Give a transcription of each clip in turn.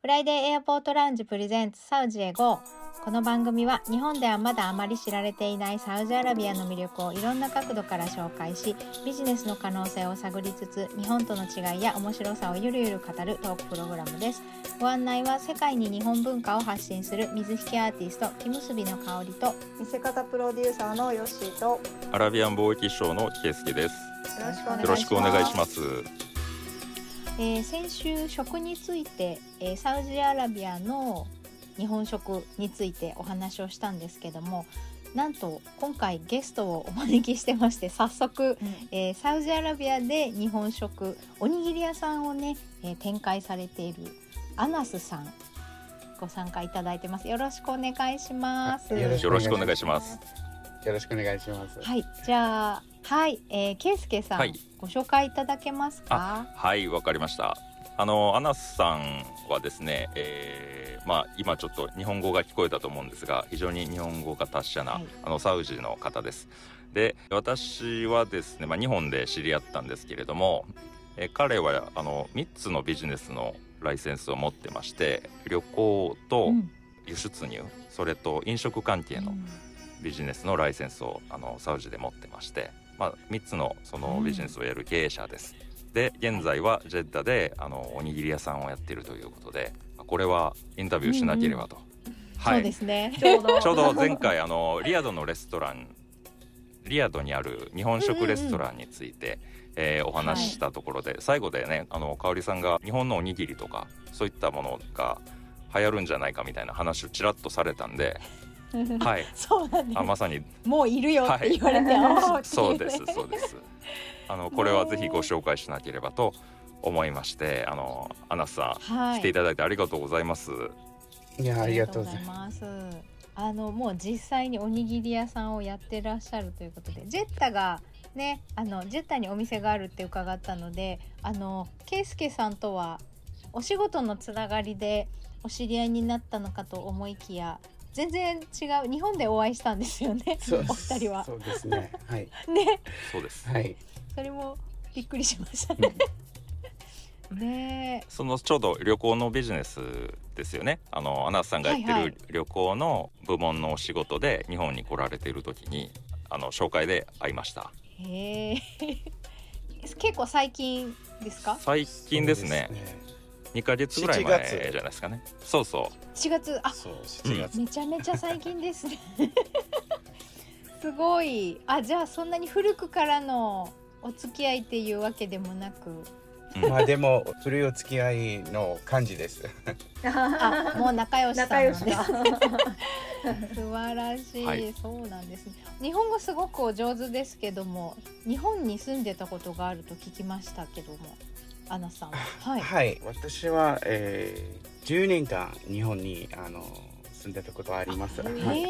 フライデーエアポートラウンジプレゼンツサウジへ GO。 この番組は日本ではまだあまり知られていないサウジアラビアの魅力をいろんな角度から紹介し、ビジネスの可能性を探りつつ、日本との違いや面白さをゆるゆる語るトークプログラムです。ご案内は世界に日本文化を発信する水引アーティスト木結びの香りと、 見せ方プロデューサーのヨッシーと、 アラビアン貿易商のケイスケです。よろしくお願いします。 先週食について、サウジアラビアの日本食についてお話をしたんですけども、なんと今回ゲストをお招きしてまして、早速、サウジアラビアで日本食おにぎり屋さんをね、展開されているアナスさんご参加いただいてます。よろしくお願いします。 よろしくお願いします。 よろしくお願いします。 はい、じゃあケイスケさん、ご紹介いただけますか？ はい、わかりました。アナスさんはですね、今ちょっと日本語が聞こえたと思うんですが、非常に日本語が達者な、サウジの方です。で、私はですね、日本で知り合ったんですけれども、彼は3つのビジネスのライセンスを持ってまして、旅行と輸出入、それと飲食関係のビジネスのライセンスをサウジで持ってまして、3つのそのビジネスをやる経営者です。で、現在はジェッダでおにぎり屋さんをやっているということで、これはインタビューしなければと、 そうですね、 ちょうど前回リヤドのレストラン、リヤドにある日本食レストランについて、お話ししたところで、最後でね、香織さんが日本のおにぎりとかそういったものが流行るんじゃないかみたいな話をちらっとされたんではい、 そうなんです。 まさにもういるよって言われて、 そうですこれはぜひご紹介しなければと思いまして、アナスさん、来ていただいてありがとうございます。 いや、ありがとうございます。 もう実際におにぎり屋さんをやってらっしゃるということで、ジェッタがね、ジェッタにお店があるって伺ったので、ケイスケさんとはお仕事のつながりでお知り合いになったのかと思いきや、全然違う、日本でお会いしたんですよね、お二人は。 そうですね、はい、 ね、 そうです、 はい、 それもびっくりしましたね。ね、 そのちょうど旅行のビジネスですよね。アナスさんがやってる旅行の部門のお仕事で日本に来られている時に紹介で会いました。 へえ結構最近ですか？ 最近ですね。2ヶ月ぐらい前じゃないですかね。そう 4月、 7月、 めちゃめちゃ最近ですね。すごい。じゃあそんなに古くからのお付き合いっていうわけでもなく、 でも古いお付き合いの感じです。 もう仲良しさんなんです。素晴らしい、そうなんですね。日本語すごくお上手ですけども、日本に住んでたことがあると聞きましたけども、アナさんは。 はい、私は、10年間日本に住んでたことあります。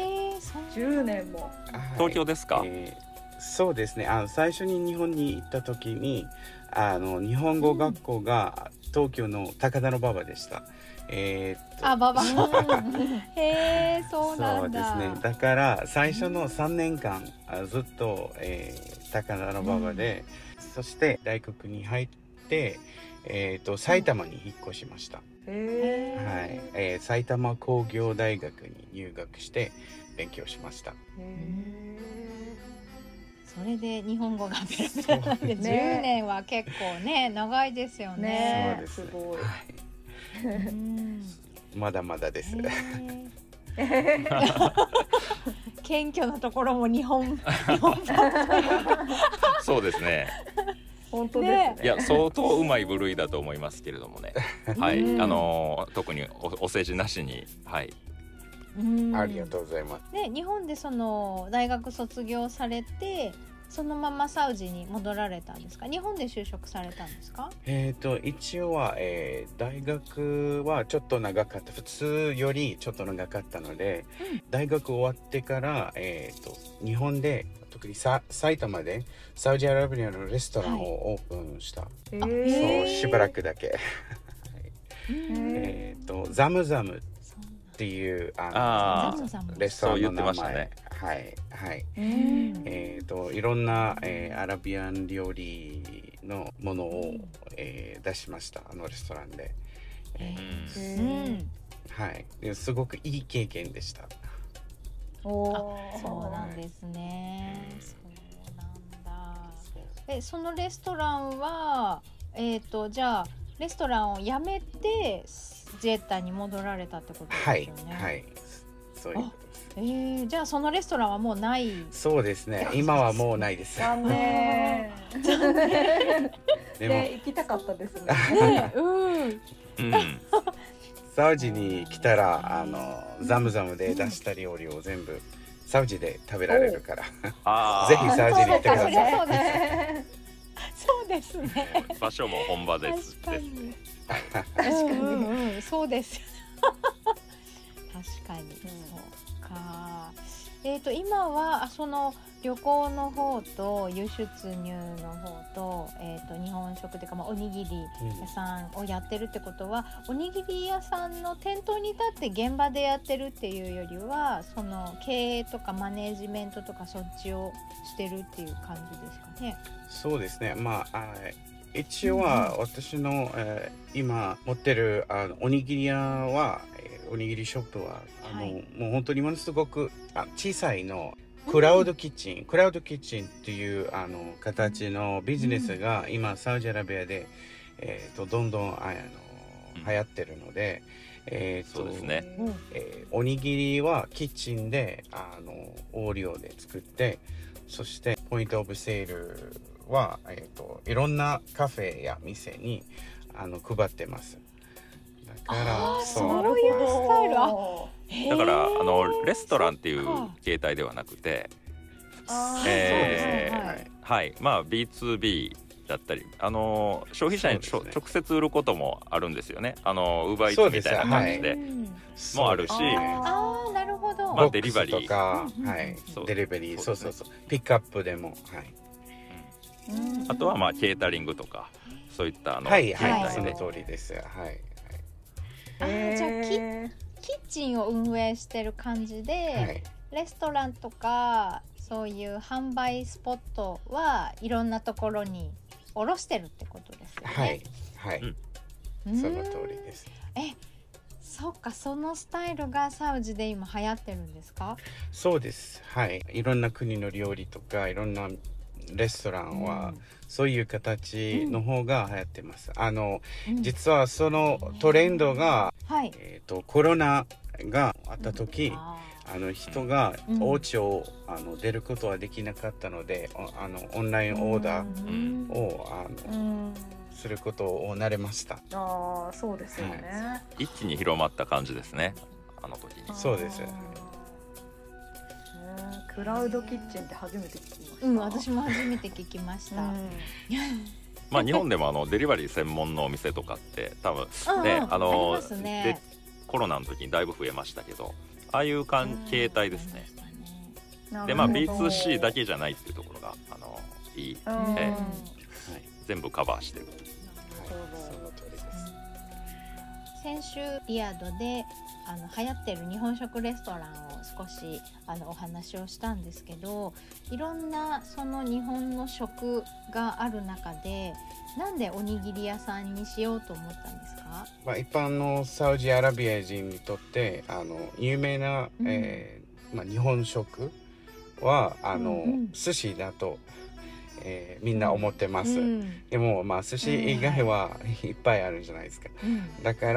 10年も。 東京ですか？ そうですね。最初に日本に行った時に日本語学校が東京の高田馬場でした。 馬場。へえ、そうなんだ。 そうですね。だから最初の3年間ずっと、高田馬場で、そして大学に入って、埼玉に引っ越しました。はい、埼玉工業大学に入学して勉強しました。 それで日本語がペラペラなんで、10年は結構ね、長いですよね。 そうです。すごい。まだまだです。 謙虚なところも日本そうですね。 本当ですね。 いや、相当うまい部類だと思いますけれどもね。はい、特にお世辞なしに、はい。 ありがとうございます。 で、日本でその大学卒業されて、そのままサウジに戻られたんですか？日本で就職されたんですか？ 一応は、大学はちょっと長かった、普通よりちょっと長かったので、大学終わってから、日本で特に埼玉でサウジアラビアのレストランをオープンした。そうしばらくだけ。ザムザムっていうレストランの名前、はいはい、いろんな、アラビアン料理のものを、出しました、レストランで。 はい、ですごくいい経験でした。 そうなんですね。そうなんだ。そのレストランはじゃあレストランを辞めてジェッタに戻られたってことですよね。 はい、はい、そういうことです。 じゃあそのレストランはもうない。 そうですね。今はもうないです。 残念。 でも行きたかったですね。 サウジに来たらザムザムで出した料理を全部サウジで食べられるからぜひサウジに来てください。 そうですね。 場所も本場です。 確かに。そうです。確かに。そうか。今はその旅行の方と輸出入の方と日本食というかおにぎり屋さんをやってるってことは、おにぎり屋さんの店頭に立って現場でやってるっていうよりは、その経営とかマネージメントとかそっちをしてるっていう感じですかね。そうですね。 一応は私の、今持ってるおにぎり屋は、おにぎりショップはもう本当にものすごく小さいのクラウドキッチンっていう形のビジネスが今サウジアラビアで、どんどん流行ってるので、 そうですね。 おにぎりはキッチンで大量で作って、そしてポイントオブセールは、いろんなカフェや店に配ってます。だからそういうスタイル。 だからレストランっていう形態ではなくて、はい、B2B だったり消費者に直接売ることもあるんですよね。ウーバーイーツみたいな感じでもあるし、 なるほど。 デリバリーとか、デリバリー、そうピックアップでも、 あとはケータリングとかそういったその通りです。じゃあキッチンを運営してる感じで、レストランとかそういう販売スポットはいろんなところに卸してるってことですよね。 その通りです。 そうか、そのスタイルがサウジで今流行ってるんですか？ そうです。いろんな国の料理とかいろんなレストランは、そういう形の方が流行ってます。実はそのトレンドが、コロナがあった時、人がお家を出ることはできなかったので、オンラインオーダーをすることを慣れました。 そうですよね。 一気に広まった感じですね、あの時に。 そうです。 クラウドキッチンって初めて聞きました。 私も初めて聞きました。 日本でもデリバリー専門のお店とかって多分ね、コロナの時にだいぶ増えましたけど、ああいう形態ですね。でB2C だけじゃないっていうところがいい、全部カバーしてる。 先週リヤドで流行ってる日本食レストランを少しお話をしたんですけど、いろんなその日本の食がある中で、なんでおにぎり屋さんにしようと思ったんですか？ 一般のサウジアラビア人にとって有名な、日本食は寿司だと、みんな思ってます。でも寿司以外はいっぱいあるじゃないですか。だから、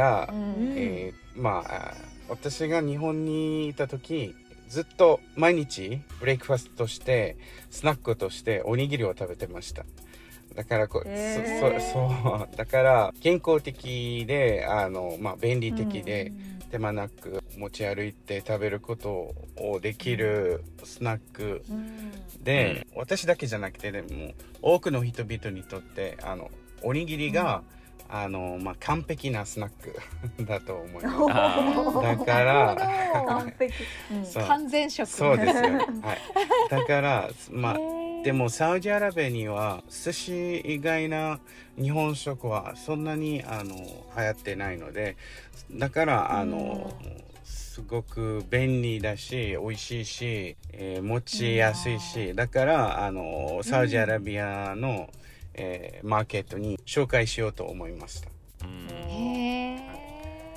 私が日本にいた時、ずっと毎日ブレイクファストとしてスナックとしておにぎりを食べてました。だからだから健康的で便利的で、手間なく持ち歩いて食べることをできるスナックで、私だけじゃなくてでも多くの人々にとっておにぎりが、完璧なスナックだと思います。だから完璧、 完全食。 そうですよ、だからでもサウジアラビアには寿司以外な日本食はそんなに流行ってないので、だからすごく便利だし美味しいし、持ちやすいし、だからサウジアラビアのマーケットに紹介しようと思いました。 なる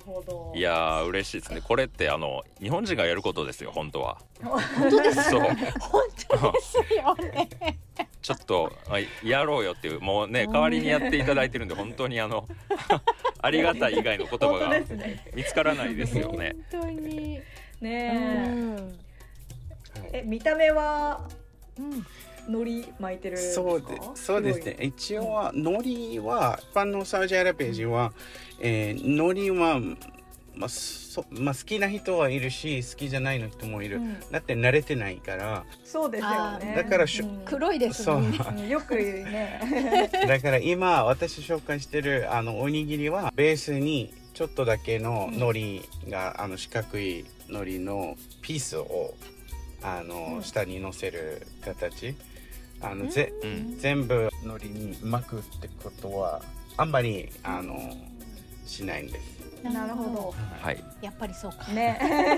ほど。 いやー嬉しいですね。これって日本人がやることですよ本当は。 本当ですそう本当ですよね。 ちょっとやろうよっていうもうね代わりにやっていただいてるんで本当にありがたい以外の言葉本当がですね。 見つからないですよね。 本当に。うねえ。 ん見た目はうん海苔巻いてるんですか？ そうですね。一応は海苔は一般のサウジアラビア人は、海苔は好きな人はいるし好きじゃないの人もいる。だって慣れてないから。 そうですよね。 だから黒いですもんね。 よく言うね。 だから今私紹介してるおにぎりはベースにちょっとだけの海苔が四角い海苔のピースを下に乗せる形。全部海苔に巻くってことはあんまりしないんです。 なるほど。 はい。 やっぱりそうか。 ね。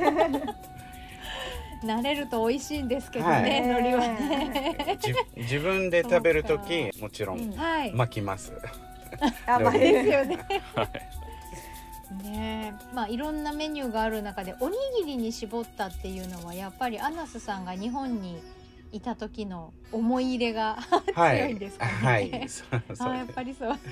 慣れると美味しいんですけどね、海苔はね。 自分で食べるときもちろん巻きます。 ですよね。ねえ、まあいろんなメニューがある中でおにぎりに絞ったっていうのはやっぱりアナスさんが日本にいた時の思い入れが強いんですかね。 はい、 やっぱりそう。はい。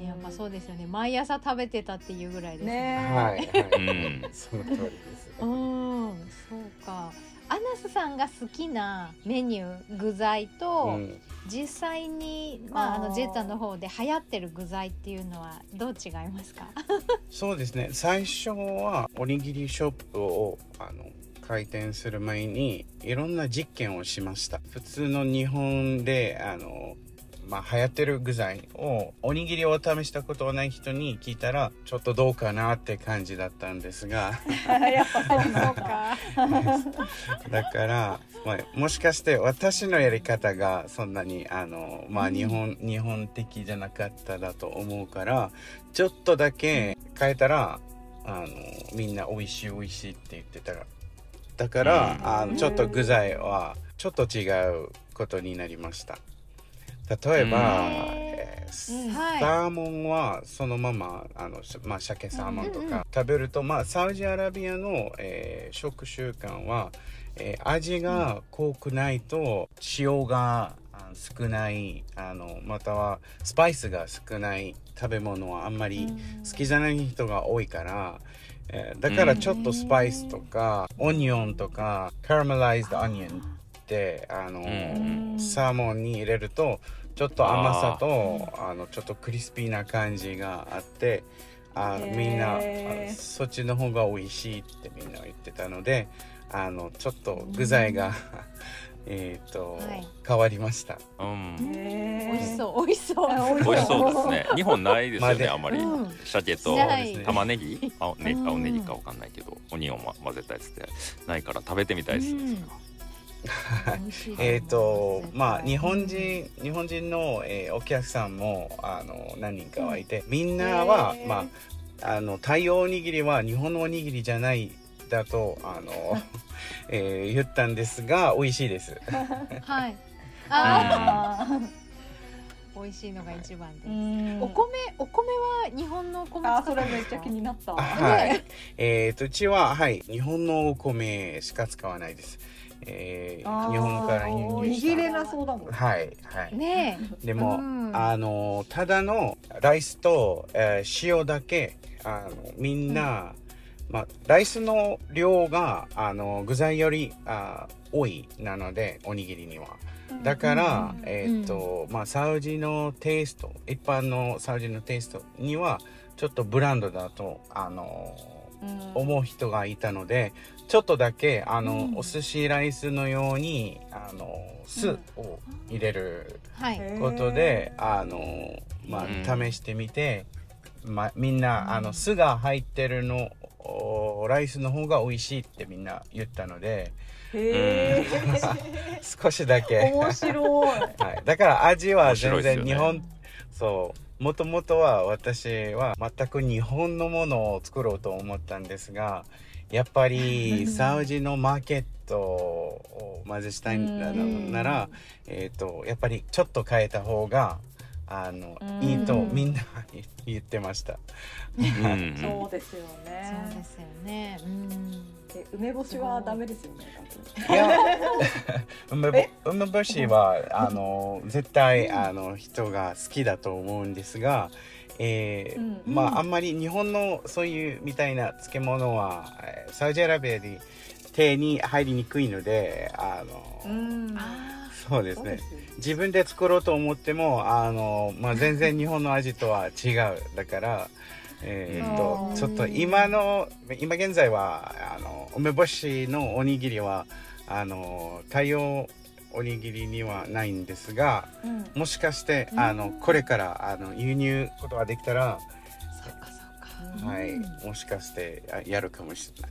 やっぱそうですよね。毎朝食べてたっていうぐらいですね。 はい、その通りです。 そうか。アナスさんが好きなメニュー具材と、実際にジェッタの方で流行ってる具材っていうのはどう違いますか？ そうですね。最初はおにぎりショップを開店する前にいろんな実験をしました。普通の日本で流行ってる具材をおにぎりを試したことがない人に聞いたらちょっとどうかなって感じだったんですがやっぱそうかだから、もしかして私のやり方がそんなに日本的じゃなかっただと思うからちょっとだけ変えたらみんな美味しい美味しいって言ってたらだからちょっと具材はちょっと違うことになりました。例えば、サーモンはそのまま鮭サーモンとか食べると、サウジアラビアの、食習慣は、味が濃くないと塩が少ないまたはスパイスが少ない食べ物はあんまり好きじゃない人が多いから。だからちょっとスパイスとかオニオンとかカラメライズドオニオンってサーモンに入れるとちょっと甘さとちょっとクリスピーな感じがあってみんなそっちの方が美味しいってみんな言ってたのでちょっと具材が変わりました。 美味しそう美味しそう美味しそうですね。日本ないですよねあんまり。鮭と玉ねぎ青ネギかわかんないけどオニオン混ぜたやつってないから食べてみたいです。 日本人の、お客さんも何人かはいて、みんなは、タイおにぎりは日本のおにぎりじゃないだと言ったんですが美味しいです。 はい。美味しいのが一番です。お米は日本のお米使ってますか？ それめっちゃ気になった。 はい。うちは日本のお米しか使わないです。日本から輸入した。 握れなそうだもん。 はいねえ。でもただのライスと、塩だけみんな、ライスの量が具材より多いなのでおにぎりには。だからサウジのテイスト一般のサウジのテイストにはちょっとブランドだと思う人がいたのでちょっとだけお寿司ライスのように酢を入れることで試してみてみんな酢が入ってるのライスの方が美味しいってみんな言ったので少しだけ面白い、 だから味は全然日本、もともとは私は全く日本のものを作ろうと思ったんですがやっぱりサウジのマーケットを混ぜしたいならやっぱりちょっと変えた方がいいとみんな言ってました。 うんそうですよそうね。 ですよね。 で梅干しはダメですよね。 いや梅干しは絶対人が好きだと思うんですが、まああんまり日本のそういうみたいな漬物はサウジアラビアで手に入りにくいのでそうですね。自分で作ろうと思ってもまあ、全然日本の味とは違う。だからちょっと今現在は梅干しのおにぎりは太陽おにぎりにはないんですが、もしかしてこれから輸入ことができたら、 そうかそうか。 はい、もしかしてやるかもしれない。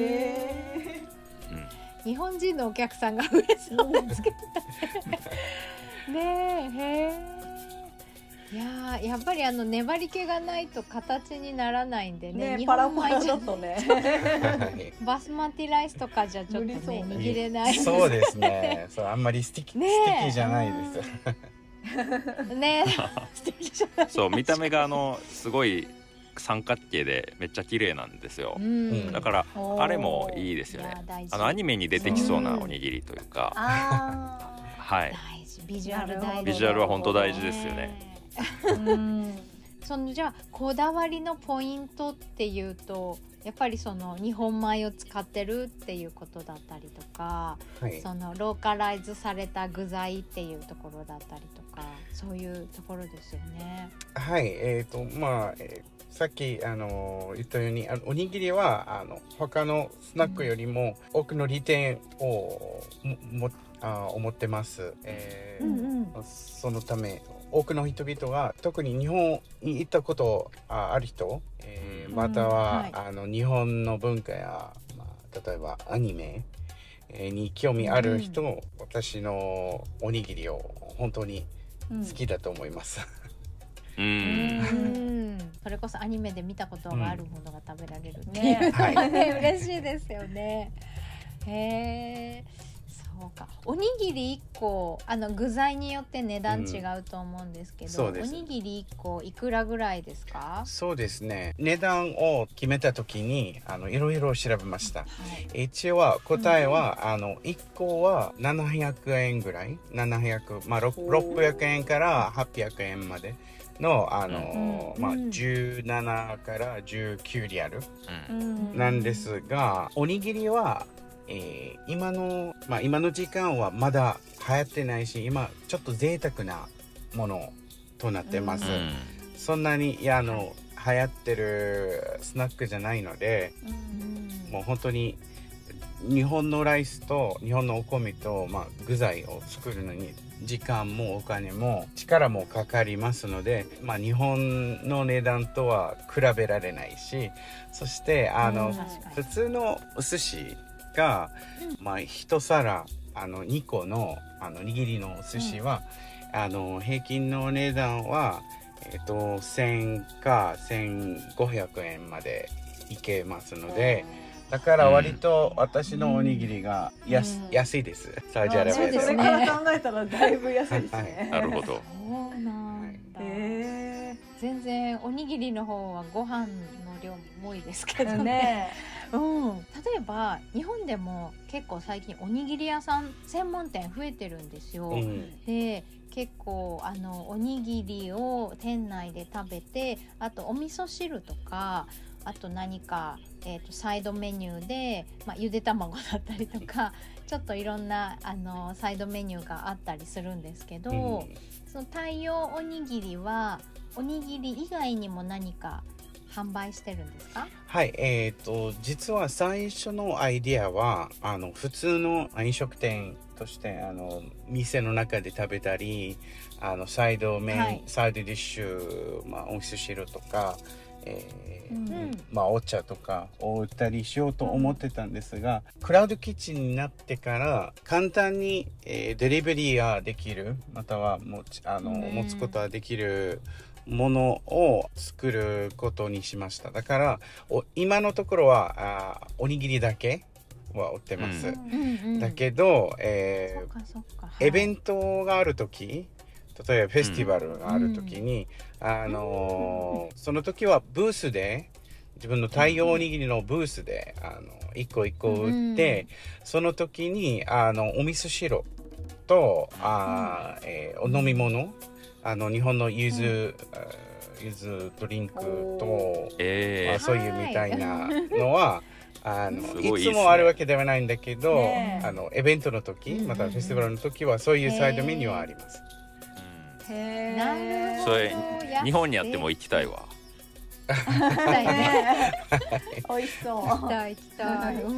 日本人のお客さんが増えそうですけどね。へえ。いややっぱり粘り気がないと形にならないんでね。日パラパラ本米じゃだとね。 バスマティライスとかじゃちょっとね握れない。 そうですね。そうあんまりスティキじゃないです。 ね。素敵じゃない。 そう見た目がすごい三角形でめっちゃ綺麗なんですよ。だからあれもいいですよね。アニメに出てきそうなおにぎりというか、はい。 大事。ビジュアル大事。 ビジュアルは本当大事ですよね。 じゃあこだわりのポイントっていうとやっぱりその日本米を使ってるっていうことだったりとか、そのローカライズされた具材っていうところだったりとか、そういうところですよね。 はい、まあ、さっき言ったようにおにぎりは他のスナックよりも多くの利点を思ってます。そのため多くの人々が特に日本に行ったことある人、または、日本の文化や、例えばアニメ、に興味ある人、私のおにぎりを本当に好きだと思います。 それこそアニメで見たことがあるものが食べられるっていうね、嬉しいですよね。へえ。そうか。おにぎり1個具材によって値段違うと思うんですけど、おにぎり1個いくらぐらいですか？ そうですね。値段を決めた時にいろいろ調べました。一応答えは1個は700円ぐらい、600円から800円までの17から19リアルなんですが、おにぎりは今の時間はまだ流行ってないし、今ちょっと贅沢なものとなってます。そんなに流行ってるスナックじゃないので、もう本当に日本のライスと日本のお米と、具材を作るのに時間もお金も力もかかりますので、日本の値段とは比べられないし、そして普通のお寿司が、一皿2個の握りのお寿司は、平均の値段は、1000か1500円までいけますので、だから割と私のおにぎりが安いです。サウジアラビアでは。 それから考えたらだいぶ安いですね。 なるほど。 そうなんだ。全然おにぎりの方はご飯の量も多いですけどね。例えば日本でも結構最近おにぎり屋さん専門店増えてるんですよ。で結構おにぎりを店内で食べて、あとお味噌汁とか、あと何か、サイドメニューで、ゆで卵だったりとかちょっといろんなサイドメニューがあったりするんですけど、その太陽おにぎりはおにぎり以外にも何か販売してるんですか？ はい、実は最初のアイデアは普通の飲食店として店の中で食べたりサイドディッシュ、お味噌汁とか、お茶とかを売ったりしようと思ってたんですが、クラウドキッチンになってから簡単に、デリバリーができる、または持つことができるものを作ることにしました。だから今のところはおにぎりだけは売ってます。だけど、イベントがある時、 例えばフェスティバルがある時に、その時はブースで自分の太陽おにぎりのブースで一個一個売って、その時にお味噌汁とお飲み物日本の柚子ドリンクと、そういうみたいなのは、いつもあるわけではないんだけど、イベントの時、またフェスティバルの時はそういうサイドメニューはあります。 なるほど。 それ日本にあっても行きたいわ。 行きたいね。 美味しそう。 行きたい行きたい。なる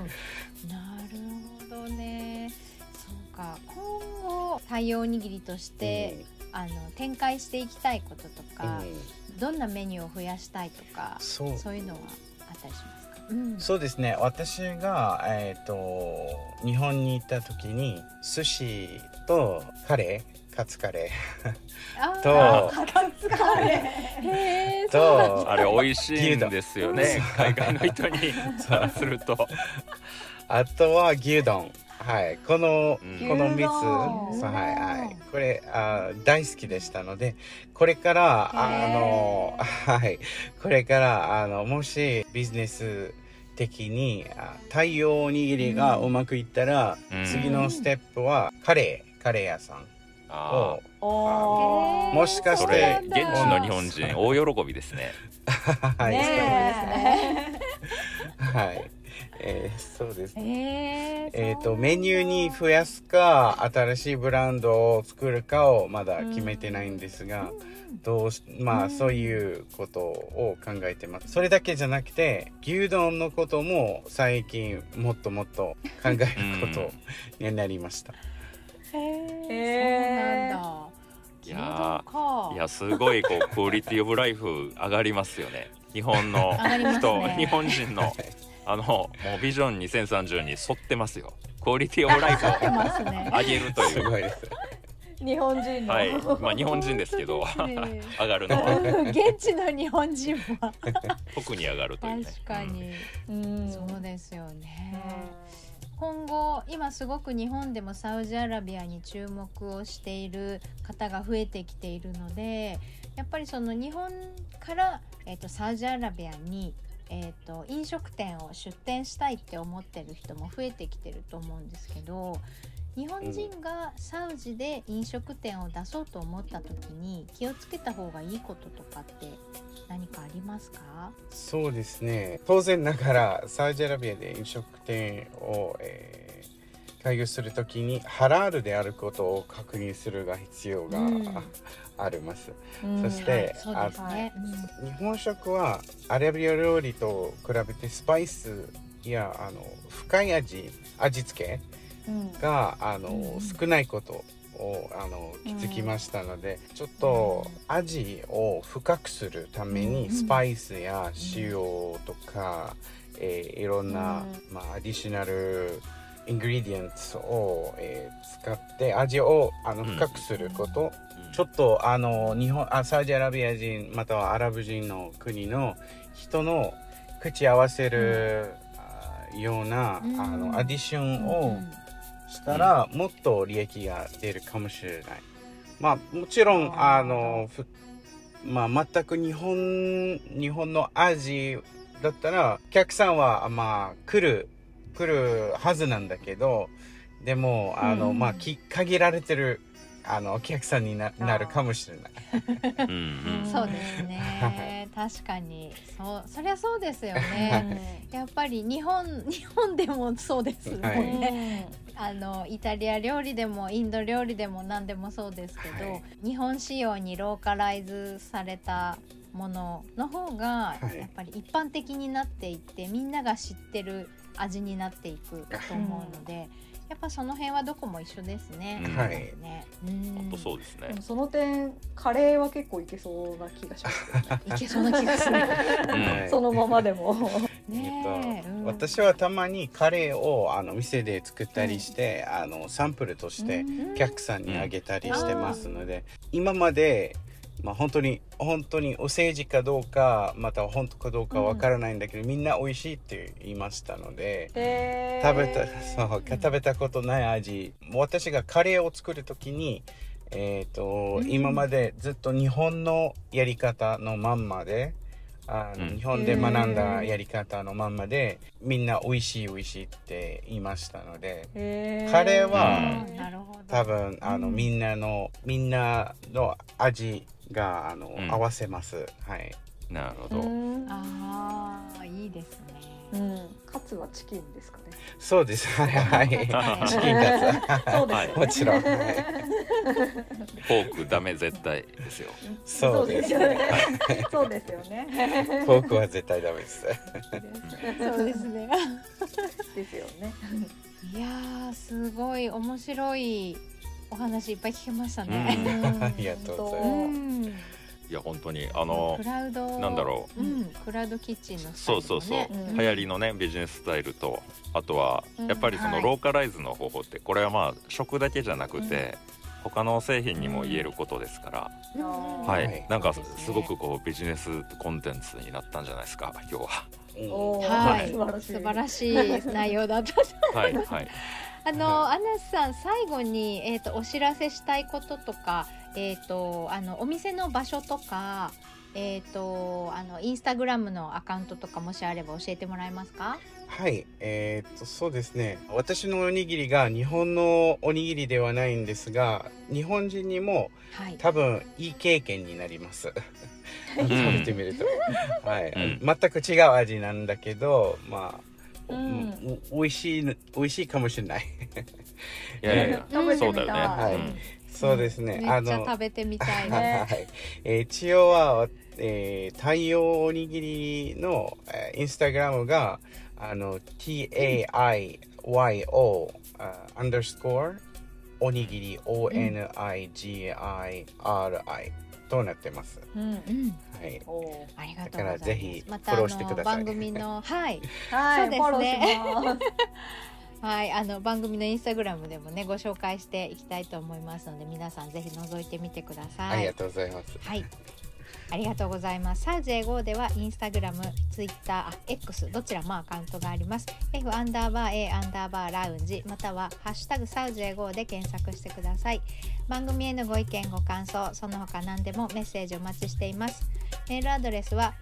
ほどね。そうか。今後太陽おにぎりとして、展開していきたいこととか、どんなメニューを増やしたいとか、そういうのはあったりしますか？ そうですね。私が日本に行った時に寿司とカレー、カツカレーとあれ美味しいんですよね。海外の人にすると。 あとは牛丼。はい、この3つ、はい、これ大好きでしたので、これからこれからもしビジネス的に太陽おにぎりがうまくいったら、次のステップはカレー屋さんをもしかして、 現地の日本人大喜びですね。 はい、はい。そうですね。メニューに増やすか新しいブランドを作るかをまだ決めてないんですが、そういうことを考えてます。それだけじゃなくて牛丼のことも最近もっともっと考えることになりました。 そうなんだ。 いやすごいクオリティオブライフ上がりますよね。日本の人、日本人のもうビジョン2030に沿ってますよ。クオリティオブライフを上げるという。 すごいです。 日本人の、 はい、まあ日本人ですけど上がるのは現地の日本人は特に上がるというね。 確かに、そうですよね。今後今すごく日本でもサウジアラビアに注目をしている方が増えてきているので、やっぱりその日本から、サウジアラビアに飲食店を出店したいって思ってる人も増えてきてると思うんですけど、日本人がサウジで飲食店を出そうと思った時に気をつけた方がいいこととかって何かありますか？ そうですね。当然ながらサウジアラビアで飲食店を、開業するときにハラールであることを確認するが必要が、あります。そして、日本食はアラビア料理と比べてスパイスや深い味付けが、少ないことを気づきましたので、ちょっと味を深くするためにスパイスや塩とか、いろんな、アディショナルイングリディエンツを、使って味を深くすること、ちょっとサウジアラビア人またはアラブ人の国の人の口合わせる、ようなアディションをしたら、もっと利益が出るかもしれない。もちろん全く日本の味だったらお客さんは来るはずなんだけど、でも限られてるお客さんに なるかもしれない。 そうですね。確かにそりゃそうですよね。やっぱり日本でもそうですもんね。イタリア料理でもインド料理でも何でもそうですけど、日本仕様にローカライズされたものの方がやっぱり一般的になっていって、みんなが知ってる味になっていくと思うので、やっぱその辺はどこも一緒ですね。 本当そうですね。 その点カレーは結構いけそうな気がします。 いけそうな気がする。 そのままでも。 私はたまにカレーを店で作ったりして、サンプルとしてお客さんにあげたりしてますので、今まで本当にお世辞かどうかまたは本当かどうかわからないんだけど、みんな美味しいって言いましたので、食べたことない味。私がカレーを作るときに、 今までずっと日本のやり方のまんまで、日本で学んだやり方のまんまで、みんな美味しい美味しいって言いましたので、彼は多分みんなの味が合わせます。はい。 なるほど。 いいですね。 カツはチキンですかね。 そうです。はい。チキンカツ。 そうです。 もちろん。 フォークダメ絶対ですよ。 そうですね。 そうですよね。 フォークは絶対ダメです。 そうですね。 ですよね。 いやー、すごい面白いお話いっぱい聞けましたね。 ありがとうございます。 いや本当にクラウドなんだろう、クラウドキッチンのスタイルそう流行りのねビジネススタイルと、あとはやっぱりそのローカライズの方法って、これはまあ食だけじゃなくて他の製品にも言えることですから、はい、なんかすごくこうビジネスコンテンツになったんじゃないですか今日は。 はい、素晴らしい内容だったはいはい。 アナスさん、最後にお知らせしたいこととか、お店の場所とか、インスタグラムのアカウントとかもしあれば教えてもらえますか？ はい、そうですね。私のおにぎりが日本のおにぎりではないんですが、日本人にも多分いい経験になります。食べてみると、はい、全く違う味なんだけど、まあ、美味しいかもしれない。 いやいや、そうだよね。 はい、そうですね。 めっちゃ食べてみたいね。 はい、一応は、太陽おにぎりのインスタグラムがTAIYO _ おにぎり ONIGIRI となってます。はい。 ありがとうございます。 だからぜひフォローしてください。 番組のそうですね。はい、番組のインスタグラムでもねご紹介していきたいと思いますので、皆さんぜひ覗いてみてください。 ありがとうございます。 はい。ありがとうございます。サウジ英語ではインスタグラム、ツイッター、X どちらもアカウントがあります。F_A_ ラウンジまたはハッシュタグサウジ英語で検索してください。番組へのご意見ご感想、その他何でもメッセージお待ちしています。メールアドレスは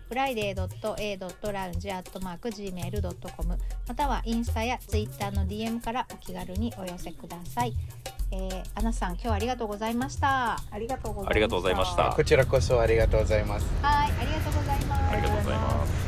friday.a.lounge@gmail.com またはインスタやツイッターの DM からお気軽にお寄せください。アナさん、今日はありがとうございました。 ありがとうございました。 ありがとうございました。 こちらこそありがとうございます。 はい、ありがとうございます。 ありがとうございます。